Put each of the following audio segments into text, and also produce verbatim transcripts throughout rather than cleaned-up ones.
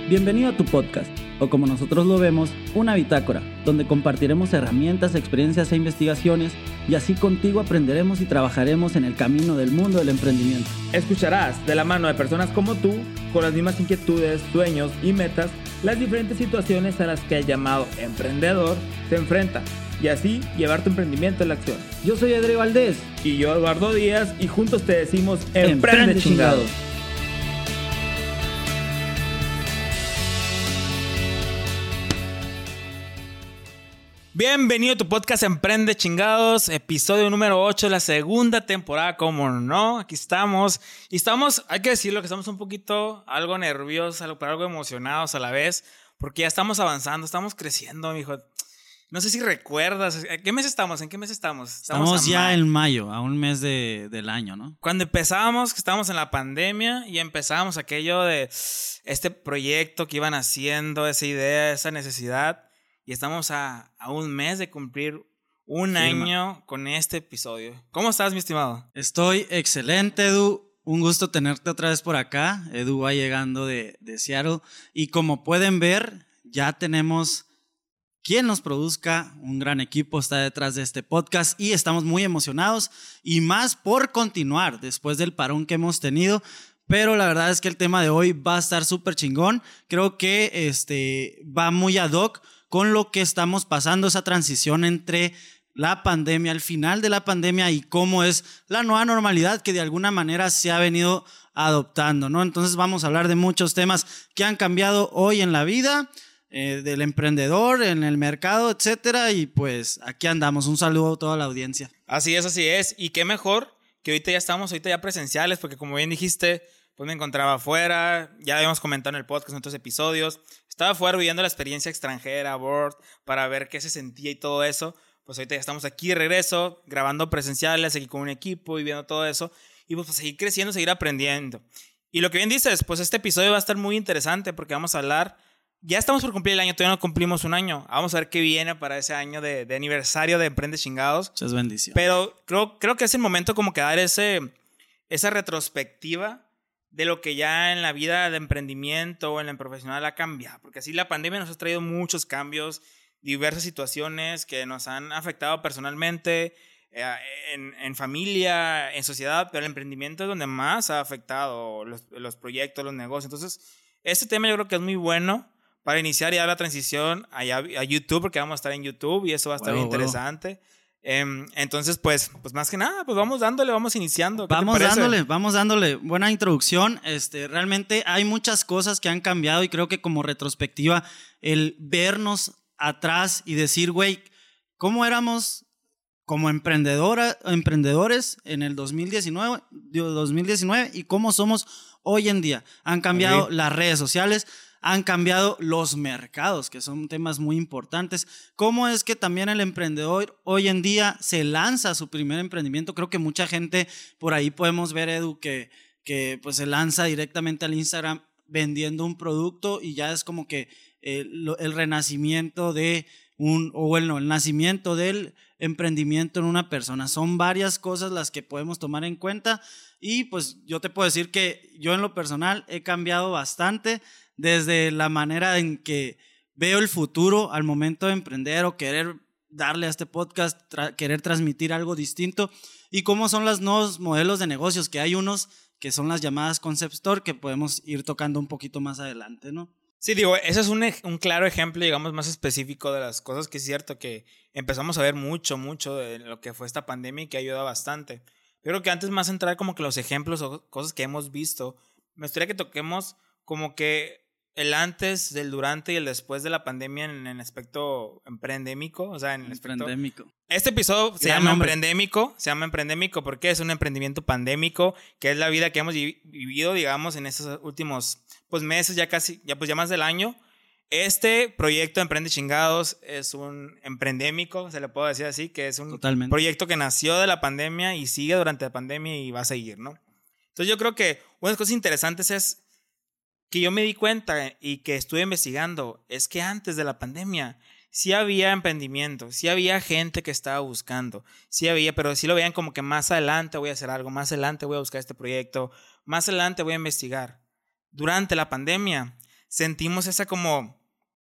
Bienvenido a tu podcast, o como nosotros lo vemos, una bitácora, donde compartiremos herramientas, experiencias e investigaciones, y así contigo aprenderemos y trabajaremos en el camino del mundo del emprendimiento. Escucharás de la mano de personas como tú, con las mismas inquietudes, sueños y metas, las diferentes situaciones a las que el llamado emprendedor se enfrenta, y así llevar tu emprendimiento a la acción. Yo soy Edre Valdés. Y yo, Eduardo Díaz, y juntos te decimos Emprende, Emprende chingados. chingados. Bienvenido a tu podcast Emprende Chingados, episodio número ocho de la segunda temporada, como no, aquí estamos. Y estamos, hay que decirlo, que estamos un poquito algo nerviosos, algo, pero algo emocionados a la vez, porque ya estamos avanzando, estamos creciendo, mijo. No sé si recuerdas, ¿en qué mes estamos? ¿En qué mes estamos? Estamos, estamos ya mayo. en mayo, a un mes de, del año, ¿no? Cuando empezábamos, que estábamos en la pandemia y empezábamos aquello de este proyecto que iban haciendo, esa idea, esa necesidad. Y estamos a, a un mes de cumplir un Firma. año con este episodio. ¿Cómo estás, mi estimado? Estoy excelente, Edu. Un gusto tenerte otra vez por acá. Edu va llegando de, de Seattle. Y como pueden ver, ya tenemos quien nos produzca. Un gran equipo está detrás de este podcast y estamos muy emocionados. Y más por continuar después del parón que hemos tenido. Pero la verdad es que el tema de hoy va a estar súper chingón. Creo que este, va muy ad hoc con lo que estamos pasando, esa transición entre la pandemia, al final de la pandemia y cómo es la nueva normalidad que de alguna manera se ha venido adoptando, ¿no? Entonces vamos a hablar de muchos temas que han cambiado hoy en la vida eh, del emprendedor, en el mercado, etcétera. Y pues aquí andamos. Un saludo a toda la audiencia. Así es, así es. Y qué mejor que ahorita ya estamos, ahorita ya presenciales, porque como bien dijiste, pues me encontraba afuera, ya lo habíamos comentado en el podcast en otros episodios. Estaba afuera viviendo la experiencia extranjera, Board, para ver qué se sentía y todo eso. Pues ahorita ya estamos aquí de regreso, grabando presenciales, aquí con un equipo y viendo todo eso. Y pues, pues seguir creciendo, seguir aprendiendo. Y lo que bien dices, pues este episodio va a estar muy interesante porque vamos a hablar. Ya estamos por cumplir el año, todavía no cumplimos un año. Vamos a ver qué viene para ese año de, de aniversario de Emprende Chingados. Muchas bendiciones. Pero creo, creo que es el momento como que dar ese, esa retrospectiva de lo que ya en la vida de emprendimiento o en la profesional ha cambiado. Porque así la pandemia nos ha traído muchos cambios, diversas situaciones que nos han afectado personalmente, eh, en, en familia, en sociedad, pero el emprendimiento es donde más ha afectado los, los proyectos, los negocios. Entonces, este tema yo creo que es muy bueno para iniciar ya la transición a, a YouTube, porque vamos a estar en YouTube y eso va a estar wow, bien interesante. Wow. Entonces, pues, pues más que nada, pues vamos dándole, vamos iniciando. ¿Qué vamos dándole, vamos dándole. Buena introducción. Este, realmente hay muchas cosas que han cambiado y creo que como retrospectiva, el vernos atrás y decir, güey, ¿cómo éramos como emprendedora, emprendedores en el dos mil diecinueve, dos mil diecinueve y cómo somos hoy en día? Han cambiado okay. las redes sociales. Han cambiado los mercados, que son temas muy importantes. ¿Cómo es que también el emprendedor hoy en día se lanza a su primer emprendimiento? Creo que mucha gente por ahí podemos ver, Edu, que, que pues se lanza directamente al Instagram vendiendo un producto y ya es como que el, el renacimiento de un, o bueno, el nacimiento del emprendimiento en una persona. Son varias cosas las que podemos tomar en cuenta y pues yo te puedo decir que yo en lo personal he cambiado bastante desde la manera en que veo el futuro al momento de emprender o querer darle a este podcast, tra- querer transmitir algo distinto y cómo son los nuevos modelos de negocios, que hay unos que son las llamadas concept store que podemos ir tocando un poquito más adelante, ¿no? Sí, digo, ese es un, un claro ejemplo, digamos, más específico de las cosas que es cierto que empezamos a ver mucho, mucho de lo que fue esta pandemia y que ayuda bastante. Yo creo que antes más entrar como que los ejemplos o cosas que hemos visto, me gustaría que toquemos como que el antes, el durante y el después de la pandemia en el aspecto emprendémico, o sea, en el aspecto... Emprendémico. Este episodio se Gran llama nombre. Emprendémico, se llama Emprendémico porque es un emprendimiento pandémico, que es la vida que hemos vivido, digamos, en estos últimos pues, meses, ya casi, ya pues ya más del año. Este proyecto Emprende Chingados es un emprendémico, se le puede decir así, que es un Totalmente. proyecto que nació de la pandemia y sigue durante la pandemia y va a seguir, ¿no? Entonces yo creo que una de las cosas interesantes es que yo me di cuenta y que estuve investigando es que antes de la pandemia sí había emprendimiento, sí había gente que estaba buscando, sí había, pero sí lo veían como que más adelante voy a hacer algo, más adelante voy a buscar este proyecto, más adelante voy a investigar. Durante la pandemia sentimos esa como...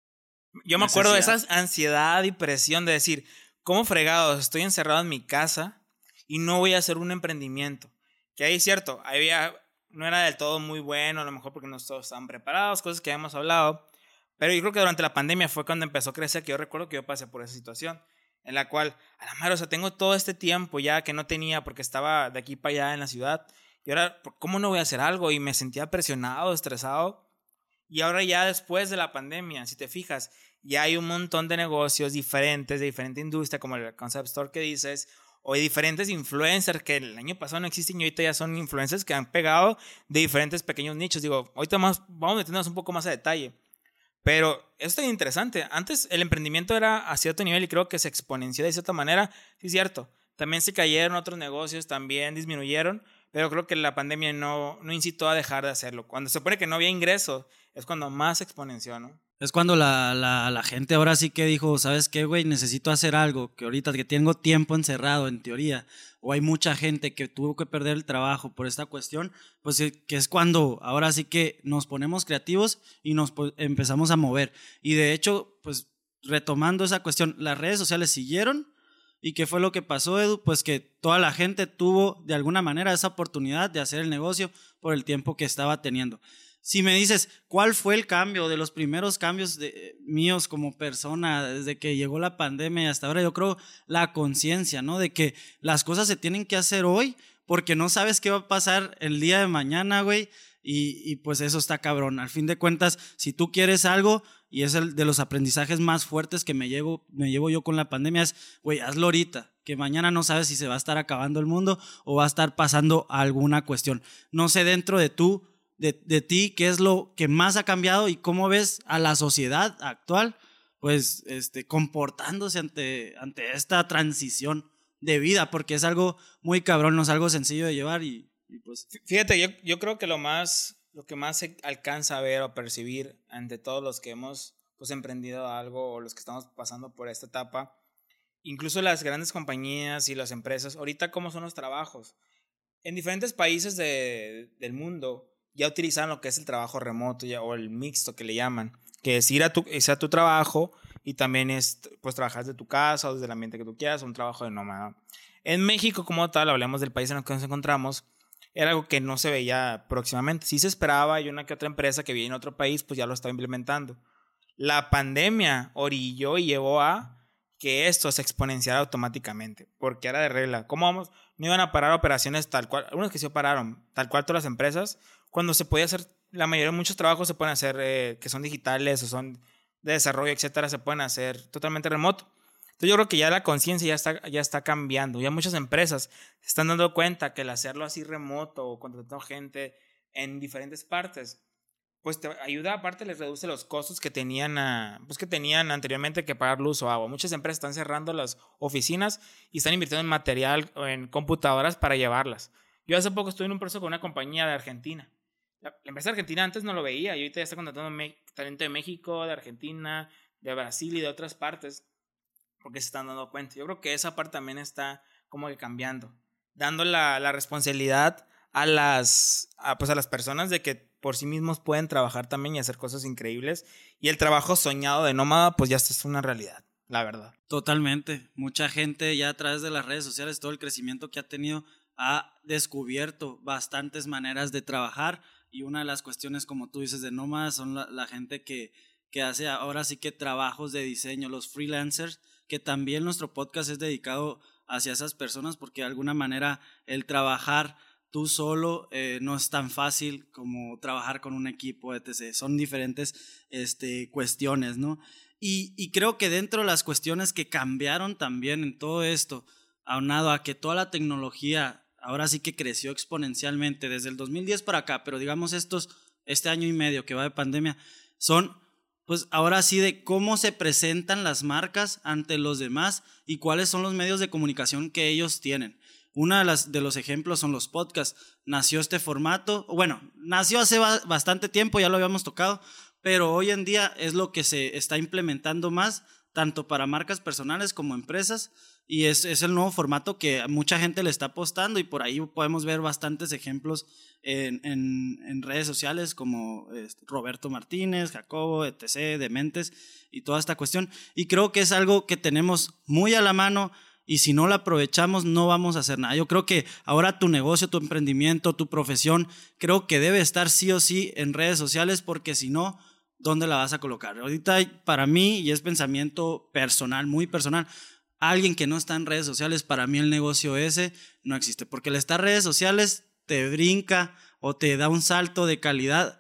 Yo me acuerdo de esa ansiedad y presión de decir, ¿cómo fregados? Estoy encerrado en mi casa y no voy a hacer un emprendimiento. Que ahí es cierto, había, no era del todo muy bueno, a lo mejor porque no todos estaban preparados, cosas que habíamos hablado. Pero yo creo que durante la pandemia fue cuando empezó a crecer, que yo recuerdo que yo pasé por esa situación, en la cual, a la madre, o sea, tengo todo este tiempo ya que no tenía porque estaba de aquí para allá en la ciudad. Y ahora, ¿cómo no voy a hacer algo? Y me sentía presionado, estresado. Y ahora ya después de la pandemia, si te fijas, ya hay un montón de negocios diferentes, de diferente industria, como el Concept Store que dices, o de diferentes influencers que el año pasado no existen y ahorita ya son influencers que han pegado de diferentes pequeños nichos. Digo, ahorita más, vamos a meternos un poco más a detalle. Pero esto es interesante. Antes el emprendimiento era a cierto nivel y creo que se exponenció de cierta manera. Sí, es cierto. También se cayeron otros negocios, también disminuyeron, pero creo que la pandemia no, no incitó a dejar de hacerlo. Cuando se supone que no había ingresos, es cuando más se exponenció, ¿no? Es cuando la, la, la gente ahora sí que dijo, ¿sabes qué, güey? Necesito hacer algo, que ahorita que tengo tiempo encerrado, en teoría, o hay mucha gente que tuvo que perder el trabajo por esta cuestión, pues que es cuando ahora sí que nos ponemos creativos y nos pues, empezamos a mover. Y de hecho, pues retomando esa cuestión, las redes sociales siguieron. ¿Y qué fue lo que pasó, Edu? Pues que toda la gente tuvo de alguna manera esa oportunidad de hacer el negocio por el tiempo que estaba teniendo. Si me dices, ¿cuál fue el cambio de los primeros cambios de, míos como persona desde que llegó la pandemia hasta ahora? Yo creo la conciencia, ¿no? De que las cosas se tienen que hacer hoy porque no sabes qué va a pasar el día de mañana, güey. Y, y pues eso está cabrón. Al fin de cuentas, si tú quieres algo, y es el de los aprendizajes más fuertes que me llevo, me llevo yo con la pandemia, es, güey, hazlo ahorita, que mañana no sabes si se va a estar acabando el mundo o va a estar pasando alguna cuestión. No sé dentro de tú, de, de ti, qué es lo que más ha cambiado y cómo ves a la sociedad actual, pues, este, comportándose ante, ante esta transición de vida, porque es algo muy cabrón, no es algo sencillo de llevar y Y pues, fíjate, yo, yo creo que lo más, lo que más se alcanza a ver o percibir ante todos los que hemos pues, emprendido algo o los que estamos pasando por esta etapa, incluso las grandes compañías y las empresas, ahorita cómo son los trabajos. En diferentes países de, del mundo ya utilizan lo que es el trabajo remoto ya, o el mixto que le llaman, que es ir a tu, es a tu trabajo y también es pues trabajar desde tu casa o desde el ambiente que tú quieras, un trabajo de nómada. En México como tal, hablemos del país en el que nos encontramos, era algo que no se veía próximamente. Sí se esperaba y una que otra empresa que viene en otro país pues ya lo estaba implementando. La pandemia orilló y llevó a que esto se exponenciara automáticamente, porque era de regla. ¿Cómo vamos? No iban a parar operaciones tal cual, algunos que sí pararon, tal cual todas las empresas, cuando se podía hacer, la mayoría de muchos trabajos se pueden hacer eh, que son digitales o son de desarrollo, etcétera, se pueden hacer totalmente remoto. Entonces yo creo que ya la conciencia ya está, ya está cambiando. Ya muchas empresas se están dando cuenta que el hacerlo así remoto o contratando gente en diferentes partes, pues te ayuda, aparte les reduce los costos que tenían, a, pues que tenían anteriormente que pagar luz o agua. Muchas empresas están cerrando las oficinas y están invirtiendo en material o en computadoras para llevarlas. Yo hace poco estuve en un proceso con una compañía de Argentina. La, la empresa argentina antes no lo veía y ahorita ya está contratando me, talento de México, de Argentina, de Brasil y de otras partes, porque se están dando cuenta. Yo creo que esa parte también está como que cambiando, dando la, la responsabilidad a las, a, pues a las personas de que por sí mismos pueden trabajar también y hacer cosas increíbles. Y el trabajo soñado de nómada, pues ya es una realidad, la verdad. Totalmente. Mucha gente ya a través de las redes sociales, todo el crecimiento que ha tenido, ha descubierto bastantes maneras de trabajar. Y una de las cuestiones, como tú dices, de nómadas son la, la gente que, que hace ahora sí que trabajos de diseño, los freelancers, que también nuestro podcast es dedicado hacia esas personas porque de alguna manera el trabajar tú solo eh, no es tan fácil como trabajar con un equipo, etcétera. Son diferentes este, cuestiones, ¿no? Y, y creo que dentro de las cuestiones que cambiaron también en todo esto, aunado a que toda la tecnología ahora sí que creció exponencialmente desde el dos mil diez para acá, pero digamos estos, este año y medio que va de pandemia, son pues ahora sí de cómo se presentan las marcas ante los demás y cuáles son los medios de comunicación que ellos tienen. Uno de, las, de los ejemplos son los podcasts. Nació este formato, bueno, nació hace ba- bastante tiempo, ya lo habíamos tocado, pero hoy en día es lo que se está implementando más, tanto para marcas personales como empresas, Y es, es el nuevo formato que mucha gente le está apostando y por ahí podemos ver bastantes ejemplos en, en, en redes sociales como este, Roberto Martínez, Jacobo, etcétera, Dementes y toda esta cuestión. Y creo que es algo que tenemos muy a la mano y si no lo aprovechamos no vamos a hacer nada. Yo creo que ahora tu negocio, tu emprendimiento, tu profesión, creo que debe estar sí o sí en redes sociales porque si no, ¿dónde la vas a colocar? Ahorita para mí, y es pensamiento personal, muy personal, alguien que no está en redes sociales, para mí el negocio ese no existe, porque el estar en redes sociales te brinca o te da un salto de calidad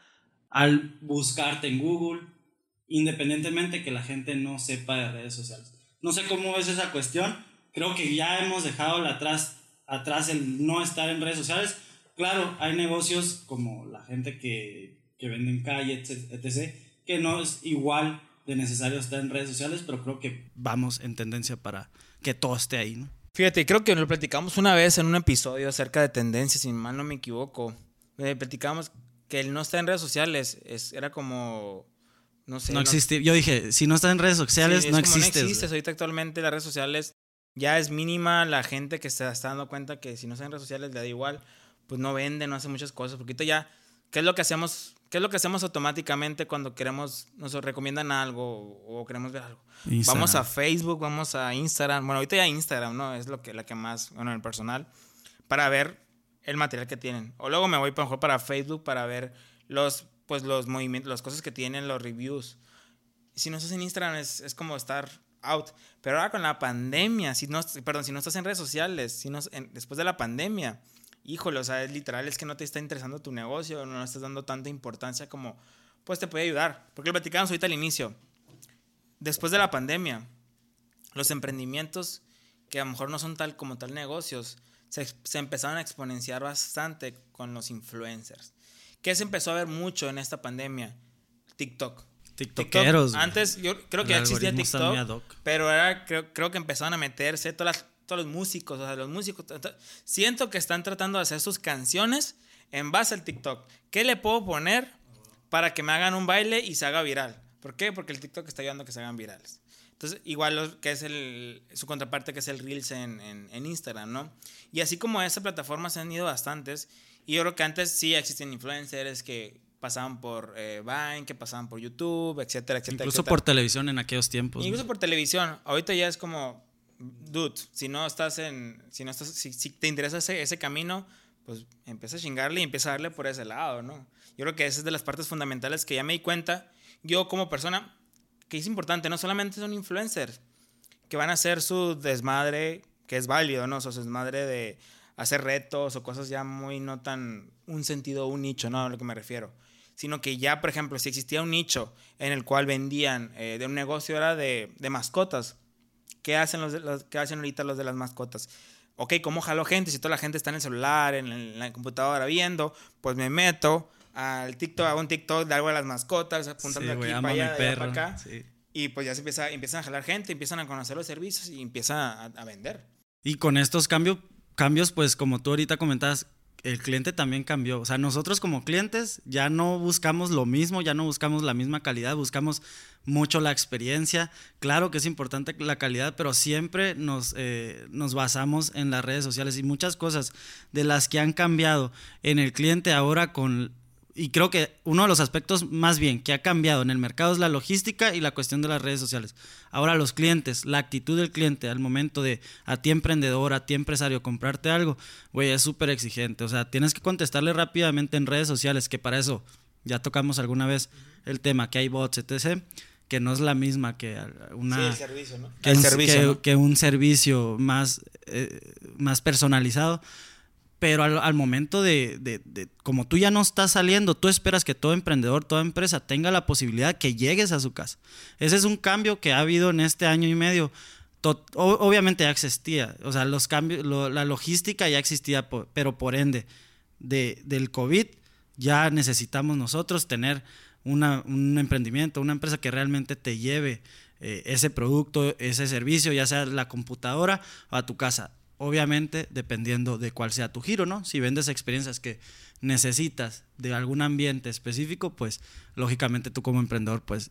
al buscarte en Google, independientemente que la gente no sepa de redes sociales. No sé cómo ves esa cuestión, creo que ya hemos dejado atrás, atrás el no estar en redes sociales. Claro, hay negocios como la gente que, que vende en calle, etcétera, que no es igual de necesario estar en redes sociales, pero creo que vamos en tendencia para que todo esté ahí, ¿no? Fíjate, creo que lo platicamos una vez en un episodio acerca de tendencias, si mal no me equivoco. Eh, platicamos que el no estar en redes sociales es, era como, no sé. No, no existe. Yo dije, si no estás en redes sociales, sí, no es como existes. No existes. Ahorita actualmente las redes sociales ya es mínima la gente que se está dando cuenta que si no está en redes sociales le da igual, pues no vende, no hace muchas cosas. Porque ahorita ya, ¿qué es lo que hacemos? ¿Qué es lo que hacemos automáticamente cuando queremos, nos recomiendan algo o queremos ver algo? Instagram. Vamos a Facebook, vamos a Instagram. Bueno, ahorita ya Instagram, ¿no? Es lo que, la que más, bueno, en el personal, para ver el material que tienen. O luego me voy, por ejemplo, para Facebook para ver los, pues, los movimientos, las cosas que tienen, los reviews. Si no estás en Instagram es, es como estar out. Pero ahora con la pandemia, si no, perdón, si no estás en redes sociales, si no, en, después de la pandemia, híjole, o sea, es literal, es que no te está interesando tu negocio, no le estás dando tanta importancia como, pues te puede ayudar. Porque lo platicamos ahorita al inicio. Después de la pandemia, los emprendimientos que a lo mejor no son tal como tal negocios, se, se empezaron a exponenciar bastante con los influencers. ¿Qué se empezó a ver mucho en esta pandemia? TikTok. TikTokeros. TikTok, antes yo creo que ya existía TikTok, pero ahora creo, creo que empezaron a meterse todas las todos los músicos, o sea, los músicos, siento que están tratando de hacer sus canciones en base al TikTok. ¿Qué le puedo poner para que me hagan un baile y se haga viral? ¿Por qué? Porque el TikTok está ayudando a que se hagan virales. Entonces, igual lo, que es el, su contraparte que es el Reels en, en, en Instagram, ¿no? Y así como esa plataforma se han ido bastantes, y yo creo que antes sí existen influencers que pasaban por eh, Vine, que pasaban por YouTube, etcétera, etcétera. Incluso etcétera. por televisión en aquellos tiempos. Incluso ¿no? por televisión. Ahorita ya es como, dude, si no estás en, si no estás, si, si te interesa ese, ese camino, pues empieza a chingarle y empieza a darle por ese lado, ¿no? Yo creo que esa es de las partes fundamentales que ya me di cuenta, yo como persona, que es importante, no solamente son influencers, que van a hacer su desmadre, que es válido, ¿no? O sea, su desmadre de hacer retos o cosas ya muy no tan, un sentido, un nicho, ¿no? A lo que me refiero. Sino que ya, por ejemplo, si existía un nicho en el cual vendían eh, de un negocio era de, de mascotas, ¿qué hacen, los, los, ¿qué hacen ahorita los de las mascotas? Ok, ¿cómo jalo gente? Si toda la gente está en el celular, en, en la computadora viendo, pues me meto al TikTok, hago un TikTok de algo de las mascotas, apuntando sí, aquí para allá, de allá para acá. Sí. Y pues ya se empieza, empiezan a jalar gente, empiezan a conocer los servicios y empiezan a, a vender. Y con estos cambios, cambios, pues como tú ahorita comentabas, el cliente también cambió. O sea, nosotros como clientes ya no buscamos lo mismo, ya no buscamos la misma calidad, buscamos mucho la experiencia. Claro que es importante la calidad, pero siempre nos, eh, nos basamos en las redes sociales y muchas cosas de las que han cambiado en el cliente ahora con... Y creo que uno de los aspectos más bien que ha cambiado en el mercado es la logística y la cuestión de las redes sociales. Ahora los clientes, la actitud del cliente al momento de a ti emprendedor, a ti empresario, comprarte algo, güey, es súper exigente. O sea, tienes que contestarle rápidamente en redes sociales, que para eso ya tocamos alguna vez el tema, que hay bots, etcétera, que no es la misma que una... Sí, el servicio, ¿no? Que, el un, servicio, que, ¿no? que un servicio más, eh, más personalizado. Pero al, al momento de, de, de, como tú ya no estás saliendo, tú esperas que todo emprendedor, toda empresa tenga la posibilidad que llegues a su casa. Ese es un cambio que ha habido en este año y medio. Tot, o, obviamente ya existía, o sea, los cambios, lo, la logística ya existía, por, pero por ende, de, del COVID ya necesitamos nosotros tener una, un emprendimiento, una empresa que realmente te lleve eh, ese producto, ese servicio, ya sea la computadora o a tu casa. Obviamente, dependiendo de cuál sea tu giro, ¿no? Si vendes experiencias que necesitas de algún ambiente específico, pues lógicamente tú como emprendedor, pues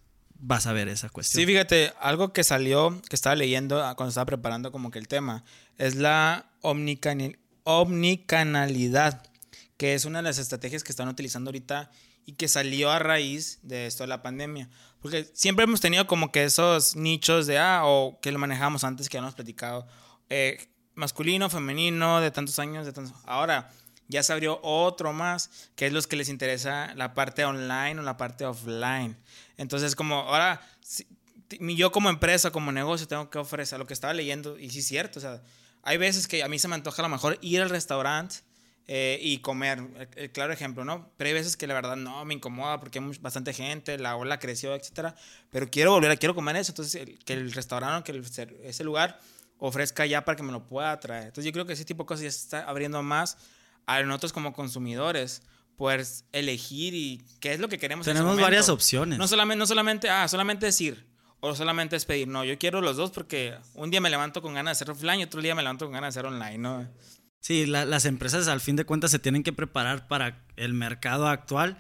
vas a ver esa cuestión. Sí, fíjate, algo que salió, que estaba leyendo cuando estaba preparando como que el tema, es la omnicanal, omnicanalidad, que es una de las estrategias que están utilizando ahorita y que salió a raíz de esto de la pandemia. Porque siempre hemos tenido como que esos nichos de, ah, o que lo manejamos antes, que ya hemos platicado, eh, masculino, femenino, de tantos años, de tantos... Ahora ya se abrió otro más, que es los que les interesa la parte online o la parte offline. Entonces, como ahora, si, yo como empresa, como negocio, tengo que ofrecer lo que estaba leyendo, y sí es cierto, o sea, hay veces que a mí se me antoja a lo mejor ir al restaurante eh, y comer, el, el claro ejemplo, ¿no? Pero hay veces que la verdad no, me incomoda porque hay bastante gente, la ola creció, etcétera, pero quiero volver, quiero comer eso, entonces el, que el restaurante, que el, ese lugar ofrezca ya para que me lo pueda traer. Entonces yo creo que ese tipo de cosas ya se está abriendo más a nosotros como consumidores, poder elegir y qué es lo que queremos. Tenemos varias opciones. No solamente, no solamente, ah, solamente decir o solamente es pedir. No, yo quiero los dos porque un día me levanto con ganas de hacer offline y otro día me levanto con ganas de hacer online, ¿no? Sí, la, las empresas al fin de cuentas se tienen que preparar para el mercado actual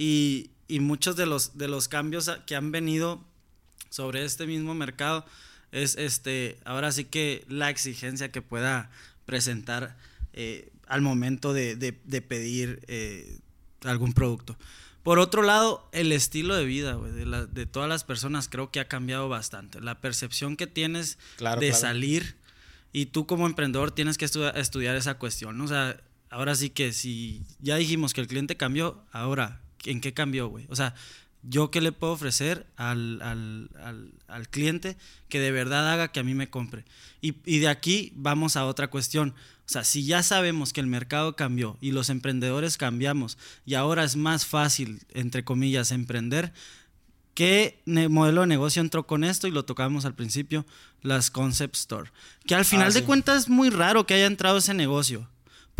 y, y muchos de los, de los cambios que han venido sobre este mismo mercado es este, ahora sí que la exigencia que pueda presentar eh, al momento de, de, de pedir eh, algún producto. Por otro lado, el estilo de vida, güey, de, la, de todas las personas creo que ha cambiado bastante. La percepción que tienes claro, de claro. salir, y tú como emprendedor tienes que estu- estudiar esa cuestión, ¿no? O sea, ahora sí que si ya dijimos que el cliente cambió, ahora, ¿en qué cambió, güey? O sea, ¿yo qué le puedo ofrecer al, al, al, al cliente que de verdad haga que a mí me compre? Y, y de aquí vamos a otra cuestión. O sea, si ya sabemos que el mercado cambió y los emprendedores cambiamos y ahora es más fácil, entre comillas, emprender, ¿qué ne- modelo de negocio entró con esto? Y lo tocábamos al principio, las Concept Store. Que al final ah, de sí. cuentas es muy raro que haya entrado ese negocio,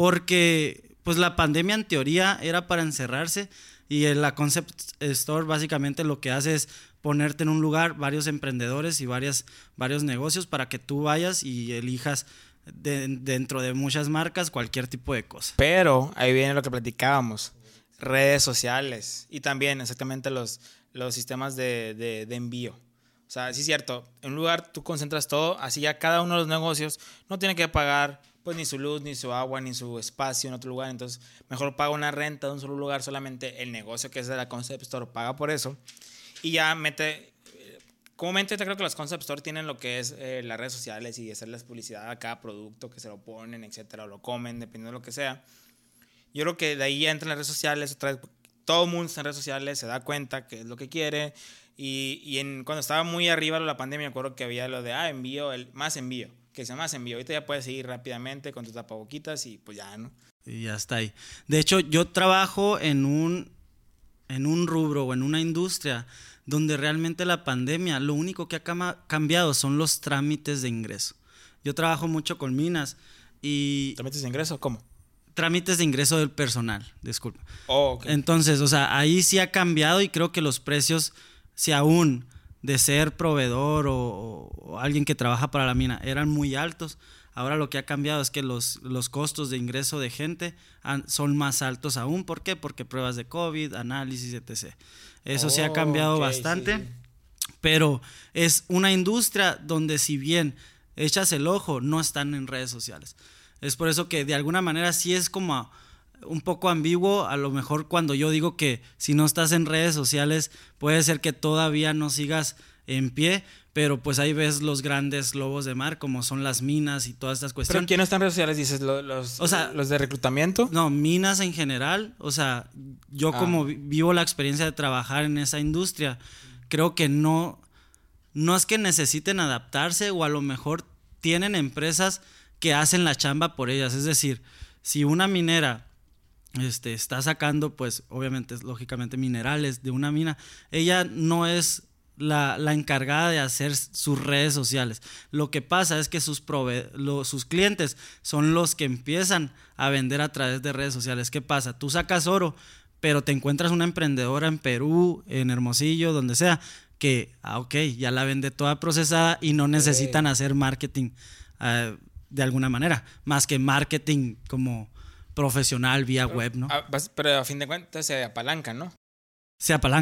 porque pues la pandemia en teoría era para encerrarse y en la Concept Store básicamente lo que hace es ponerte en un lugar varios emprendedores y varias, varios negocios para que tú vayas y elijas de, dentro de muchas marcas cualquier tipo de cosa. Pero ahí viene lo que platicábamos, redes sociales y también exactamente los, los sistemas de, de, de envío. O sea, sí es cierto, en un lugar tú concentras todo, así ya cada uno de los negocios no tiene que pagar pues ni su luz, ni su agua, ni su espacio en otro lugar. Entonces, mejor paga una renta de un solo lugar, solamente el negocio que es de la Concept Store paga por eso. Y ya mete... Comúnmente creo que los Concept Store tienen lo que es eh, las redes sociales y hacerles publicidad a cada producto que se lo ponen, etcétera, o lo comen, dependiendo de lo que sea. Yo creo que de ahí ya entran las redes sociales, otra vez, todo el mundo está en redes sociales, se da cuenta que es lo que quiere. Y, y en, cuando estaba muy arriba la pandemia, me acuerdo que había lo de, ah, envío, el, más envío, que se llama más envío. Ahorita ya puedes ir rápidamente con tus tapaboquitas y pues ya, ¿no? Y ya está ahí. De hecho, yo trabajo en un, en un rubro o en una industria donde realmente la pandemia, lo único que ha cama, cambiado son los trámites de ingreso. Yo trabajo mucho con minas y... ¿Trámites de ingreso? ¿Cómo? Trámites de ingreso del personal, disculpa. Oh, okay. Entonces, o sea, ahí sí ha cambiado y creo que los precios, si aún de ser proveedor o, o alguien que trabaja para la mina eran muy altos, ahora lo que ha cambiado es que los, los costos de ingreso de gente han, son más altos aún. ¿Por qué? Porque pruebas de COVID, análisis, etcétera. Eso oh, sí ha cambiado okay, bastante, sí. Pero es una industria donde si bien echas el ojo, no están en redes sociales. Es por eso que de alguna manera sí es como un poco ambiguo. A lo mejor cuando yo digo que si no estás en redes sociales puede ser que todavía no sigas en pie, pero pues ahí ves los grandes lobos de mar como son las minas y todas estas cuestiones. ¿Pero quién no está en redes sociales? Dices, ¿los, los, o sea, los de reclutamiento? No, minas en general. O sea, yo ah. como vivo la experiencia de trabajar en esa industria, creo que no, no es que necesiten adaptarse, o a lo mejor tienen empresas que hacen la chamba por ellas. Es decir, si una minera este, está sacando, pues obviamente, lógicamente, minerales de una mina, ella no es La, la encargada de hacer sus redes sociales. Lo que pasa es que sus, prove- lo, sus clientes son los que empiezan a vender a través de redes sociales. ¿Qué pasa? Tú sacas oro, pero te encuentras una emprendedora en Perú, en Hermosillo, donde sea, que, ah, ok, ya la vende toda procesada y no necesitan hey. hacer marketing uh, de alguna manera, más que marketing como profesional vía pero, web, ¿no? A, pero a fin de cuentas se apalancan, ¿no? Se apalancan,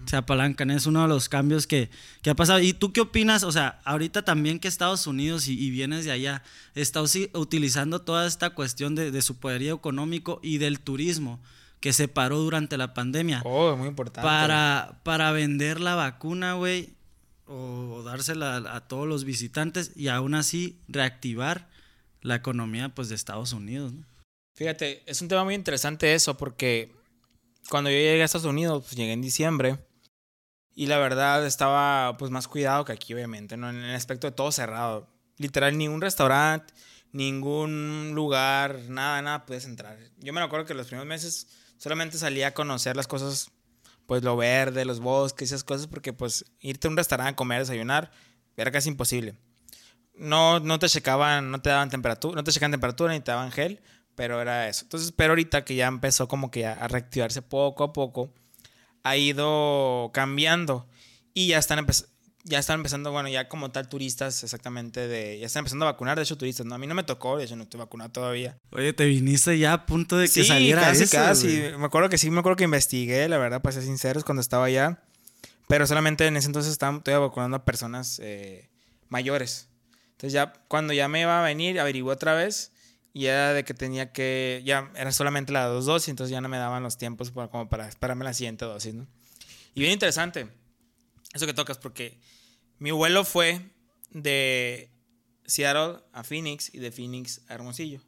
se apalancan. Es uno de los cambios que, que ha pasado. ¿Y tú qué opinas? O sea, ahorita también que Estados Unidos y, y vienes de allá, está usi- utilizando toda esta cuestión de, de su poderío económico y del turismo que se paró durante la pandemia. Oh, muy importante. Para, para vender la vacuna, güey, o, o dársela a, a todos los visitantes y aún así reactivar la economía, pues, de Estados Unidos, ¿no? Fíjate, es un tema muy interesante eso, porque cuando yo llegué a Estados Unidos, pues llegué en diciembre, y la verdad estaba pues más cuidado que aquí, obviamente, ¿no? En el aspecto de todo cerrado. Literal, ni un restaurante, ningún lugar, nada, nada puedes entrar. Yo me acuerdo que los primeros meses solamente salía a conocer las cosas, pues lo verde, los bosques, esas cosas, porque pues irte a un restaurante a comer, desayunar, era casi imposible. No, no te checaban, no te daban temperatura, no te checaban temperatura ni te daban gel, pero era eso. Entonces, pero ahorita que ya empezó como que a reactivarse poco a poco, ha ido cambiando y ya están, empe- ya están empezando, bueno, ya como tal turistas exactamente, de ya están empezando a vacunar, de hecho, turistas, ¿no? A mí no me tocó, de hecho, no estoy vacunado todavía. Oye, te viniste ya a punto de que Sí, saliera casi, eso, casi. güey. Me acuerdo que sí, me acuerdo que investigué, la verdad, para ser sinceros, cuando estaba allá, pero solamente en ese entonces estaba todavía vacunando a personas eh, mayores. Entonces ya cuando ya me iba a venir, averigué otra vez y era de que tenía que, ya era solamente las dos dosis, entonces ya no me daban los tiempos para, como para esperarme la siguiente dosis, ¿no? Y bien interesante eso que tocas, porque mi vuelo fue de Seattle a Phoenix y de Phoenix a Hermosillo.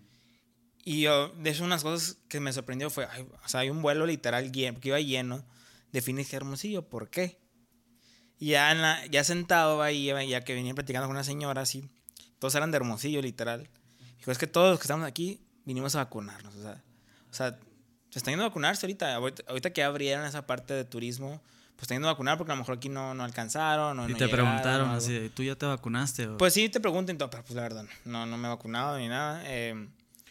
Y yo, de hecho, unas cosas que me sorprendió fue, ay, o sea, hay un vuelo literal lleno, que iba lleno de Phoenix a Hermosillo, ¿por qué? Y ya, en la, ya sentado ahí, ya que venía platicando con una señora así, todos eran de Hermosillo, literal. Dijo, es que todos los que estamos aquí vinimos a vacunarnos, o sea, o sea, se están yendo a vacunarse ahorita, ahorita, ahorita que abrieron esa parte de turismo, pues están yendo a vacunar porque a lo mejor aquí no, no alcanzaron o Y no te llegaron, preguntaron o así, ¿tú ya te vacunaste? O? Pues sí, te preguntan, pero pues la verdad, no, no me he vacunado ni nada. Eh,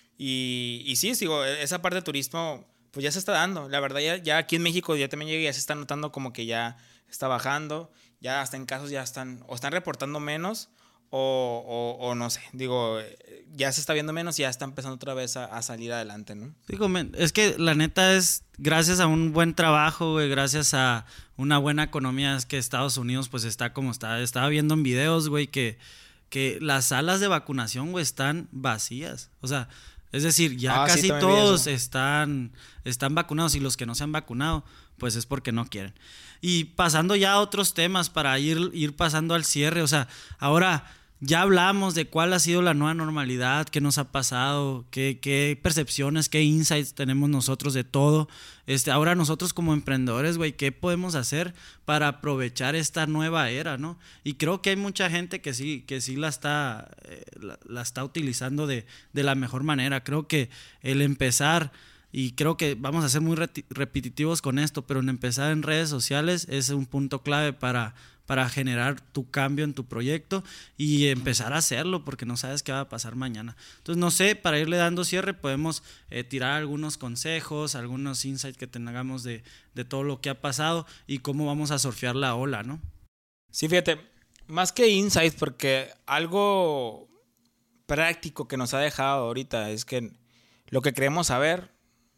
y, y sí, digo, esa parte de turismo, pues ya se está dando. La verdad, ya, ya aquí en México ya también llegué, ya se está notando como que ya está bajando. Ya hasta en casos ya están, o están reportando menos, o, o, o no sé. Digo, ya se está viendo menos y ya está empezando otra vez a, a salir adelante, ¿no? Digo, men, es que la neta es gracias a un buen trabajo, güey, gracias a una buena economía, es que Estados Unidos pues está como está. Estaba viendo en videos, güey, que, que las salas de vacunación, güey, están vacías. O sea, es decir, ya Ah, sí, casi también vi todos eso. están, están vacunados y los que no se han vacunado, pues es porque no quieren. Y pasando ya a otros temas para ir, ir pasando al cierre, o sea, ahora ya hablamos de cuál ha sido la nueva normalidad, qué nos ha pasado, qué, qué percepciones, qué insights tenemos nosotros de todo. Este, ahora nosotros como emprendedores, güey, ¿qué podemos hacer para aprovechar esta nueva era, no? Y creo que hay mucha gente que sí, que sí la está, eh, la, la está utilizando de, de la mejor manera. Creo que el empezar, y creo que vamos a ser muy reti- repetitivos con esto, pero en empezar en redes sociales es un punto clave para, para generar tu cambio en tu proyecto y empezar a hacerlo porque no sabes qué va a pasar mañana. Entonces, no sé, para irle dando cierre podemos eh, tirar algunos consejos, algunos insights que tengamos de, de todo lo que ha pasado y cómo vamos a surfear la ola, ¿no? Sí, fíjate, más que insights, porque algo práctico que nos ha dejado ahorita es que lo que queremos saber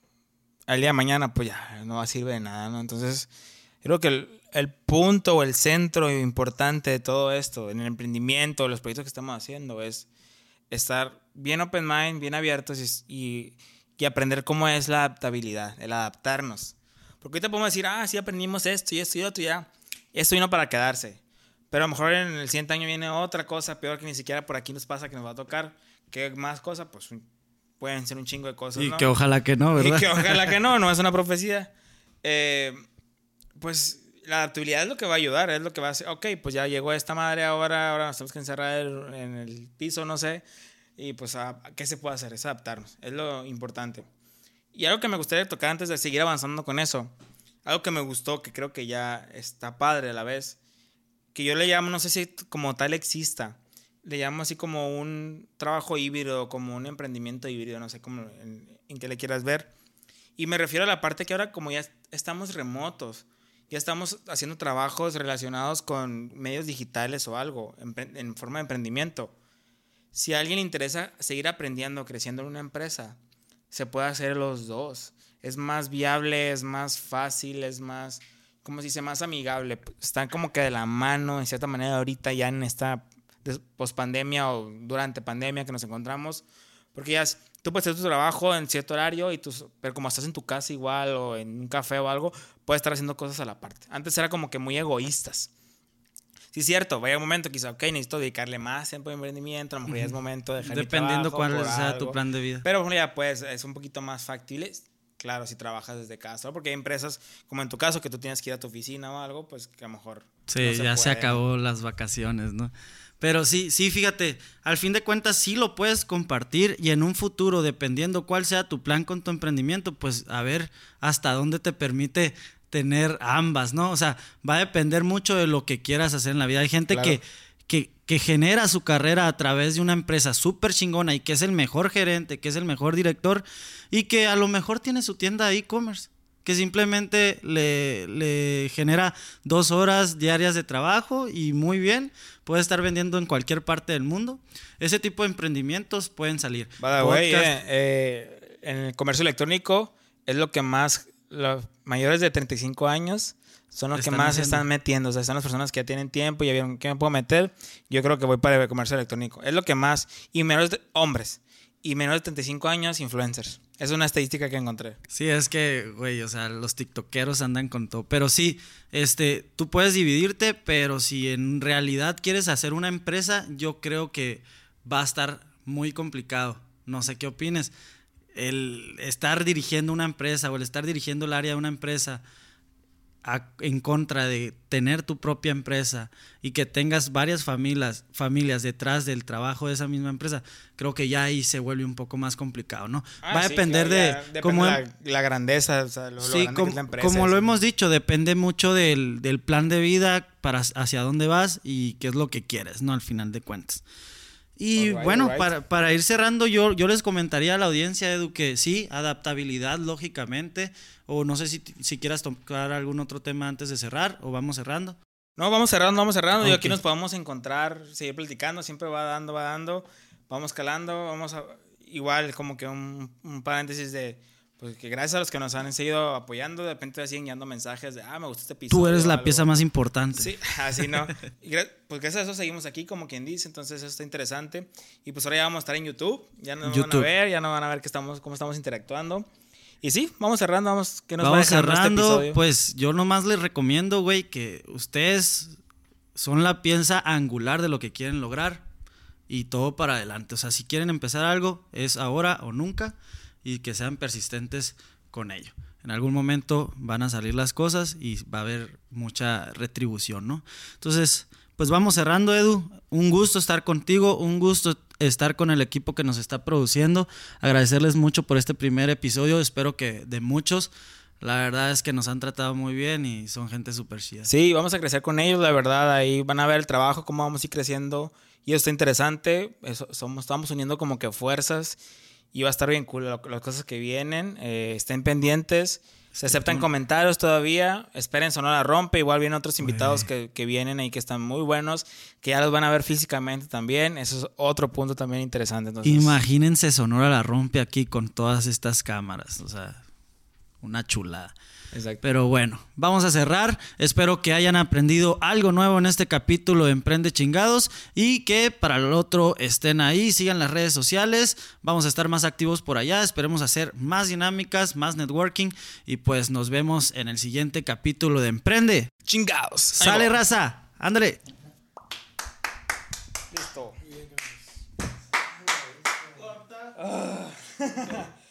al día de mañana, pues ya no va a servir de nada, ¿no? Entonces, creo que el, el punto o el centro importante de todo esto, en el emprendimiento, los proyectos que estamos haciendo, es estar bien open mind, bien abiertos y, y, y aprender cómo es la adaptabilidad, el adaptarnos. Porque ahorita podemos decir, ah, sí aprendimos esto y esto y otro, ya, esto vino para quedarse. Pero a lo mejor en el siguiente año viene otra cosa peor que ni siquiera por aquí nos pasa que nos va a tocar. ¿Qué más cosa? Pues pueden ser un chingo de cosas, Y ¿no? que ojalá que no, ¿verdad? Y que ojalá que no, no es una profecía. Eh, pues la adaptabilidad es lo que va a ayudar, es lo que va a hacer. Ok, pues ya llegó esta madre ahora, ahora nos tenemos que encerrar en el piso, no sé. Y pues, ¿a qué se puede hacer? Es adaptarnos, es lo importante. Y algo que me gustaría tocar antes de seguir avanzando con eso, algo que me gustó, que creo que ya está padre a la vez, que yo le llamo, no sé si como tal exista, le llamo así como un trabajo híbrido, como un emprendimiento híbrido, no sé cómo en, en qué le quieras ver. Y me refiero a la parte que ahora como ya estamos remotos, ya estamos haciendo trabajos relacionados con medios digitales o algo, en, en forma de emprendimiento. Si a alguien le interesa seguir aprendiendo, creciendo en una empresa, se puede hacer los dos. Es más viable, es más fácil, es más... como se dice, más amigable. Están como que de la mano, en cierta manera, ahorita ya en esta pospandemia o durante pandemia que nos encontramos. Porque ya tú puedes hacer tu trabajo en cierto horario, y tus, pero como estás en tu casa igual o en un café o algo, puedes estar haciendo cosas a la parte. Antes era como que muy egoístas. Sí, es cierto, vaya un momento quizá, ok, necesito dedicarle más tiempo a emprendimiento, a lo mejor ya es momento de dejar Dependiendo mi trabajo cuál por sea algo. tu plan de vida. Pero bueno, ya pues es un poquito más factible, claro, si trabajas desde casa, ¿no? Porque hay empresas, como en tu caso, que tú tienes que ir a tu oficina o algo, pues que a lo mejor sí, no se ya puede. se acabó las vacaciones, ¿no? Pero sí, sí, fíjate, al fin de cuentas sí lo puedes compartir, y en un futuro, dependiendo cuál sea tu plan con tu emprendimiento, pues a ver hasta dónde te permite tener ambas, ¿no? O sea, va a depender mucho de lo que quieras hacer en la vida. Hay gente Claro. que, que, que genera su carrera a través de una empresa súper chingona y que es el mejor gerente, que es el mejor director, y que a lo mejor tiene su tienda de e-commerce, que simplemente le, le genera dos horas diarias de trabajo y muy bien, puede estar vendiendo en cualquier parte del mundo. Ese tipo de emprendimientos pueden salir. By the way, Podcast. eh, eh, en el comercio electrónico es lo que más, los mayores de treinta y cinco años son los que Están más se haciendo. están metiendo. O sea, están las personas que ya tienen tiempo y ya vieron qué me puedo meter. Yo creo que voy para el comercio electrónico. Es lo que más, y menores de, hombres, y menores de treinta y cinco años, influencers. Es una estadística que encontré. Sí, es que, güey, o sea, los tiktokeros andan con todo. Pero sí, este, tú puedes dividirte, pero si en realidad quieres hacer una empresa, yo creo que va a estar muy complicado. No sé qué opines. El estar dirigiendo una empresa o el estar dirigiendo el área de una empresa a, en contra de tener tu propia empresa y que tengas varias familias, familias detrás del trabajo de esa misma empresa, creo que ya ahí se vuelve un poco más complicado, ¿no? Ah, va a sí, depender claro, ya de depende cómo la, la grandeza, o sea, lo, lo sí, grande com- que es la empresa. como lo eso. hemos dicho, depende mucho del, del plan de vida para hacia dónde vas y qué es lo que quieres, ¿no? Al final de cuentas. Y Alright, bueno, alright. para, para ir cerrando, yo, yo les comentaría a la audiencia, Edu, que sí, adaptabilidad, lógicamente, o no sé si, si quieras tocar algún otro tema antes de cerrar, o vamos cerrando. No, vamos cerrando, vamos cerrando. Y Ok. aquí nos podemos encontrar, seguir platicando. Siempre va dando, va dando. Vamos calando. Vamos a. Igual, como que un, un paréntesis de. Pues que gracias a los que nos han seguido apoyando, de repente siguen llegando mensajes de. Ah, me gusta este episodio. Tú eres o la algo. pieza más importante. Sí, así no. Y gra- pues gracias a eso seguimos aquí, como quien dice. Entonces, eso está interesante. Y pues ahora ya vamos a estar en YouTube. Ya nos van a YouTube. ver, ya nos van a ver que estamos, cómo estamos interactuando. Y sí, vamos cerrando. Vamos, que nos va Vamos dejando cerrando, este episodio. pues yo nomás les recomiendo, güey, que ustedes son la pieza angular de lo que quieren lograr y todo para adelante. O sea, si quieren empezar algo, es ahora o nunca, y que sean persistentes con ello. En algún momento van a salir las cosas y va a haber mucha retribución, ¿no? Entonces, pues vamos cerrando, Edu. Un gusto estar contigo, un gusto estar con el equipo que nos está produciendo. Agradecerles mucho por este primer episodio. Espero que de muchos. La verdad es que nos han tratado muy bien y son gente súper chida. Sí, vamos a crecer con ellos, la verdad. Ahí van a ver el trabajo, cómo vamos a ir creciendo. Y eso está interesante. Eso, somos, estamos uniendo como que fuerzas. Y va a estar bien cool lo- las cosas que vienen. Eh, estén pendientes. Se aceptan comentarios todavía. Esperen Sonora Rompe. Igual vienen otros invitados que, que vienen ahí que están muy buenos. Que ya los van a ver físicamente también. Eso es otro punto también interesante. Entonces, Imagínense Sonora la Rompe aquí con todas estas cámaras. O sea, una chulada. exacto. Pero bueno, vamos a cerrar. Espero que hayan aprendido algo nuevo en este capítulo de Emprende Chingados y que para el otro estén ahí, sigan las redes sociales. Vamos a estar más activos por allá. Esperemos hacer más dinámicas, más networking y pues nos vemos en el siguiente capítulo de Emprende. Chingados. Sale, raza. Ándale. Listo.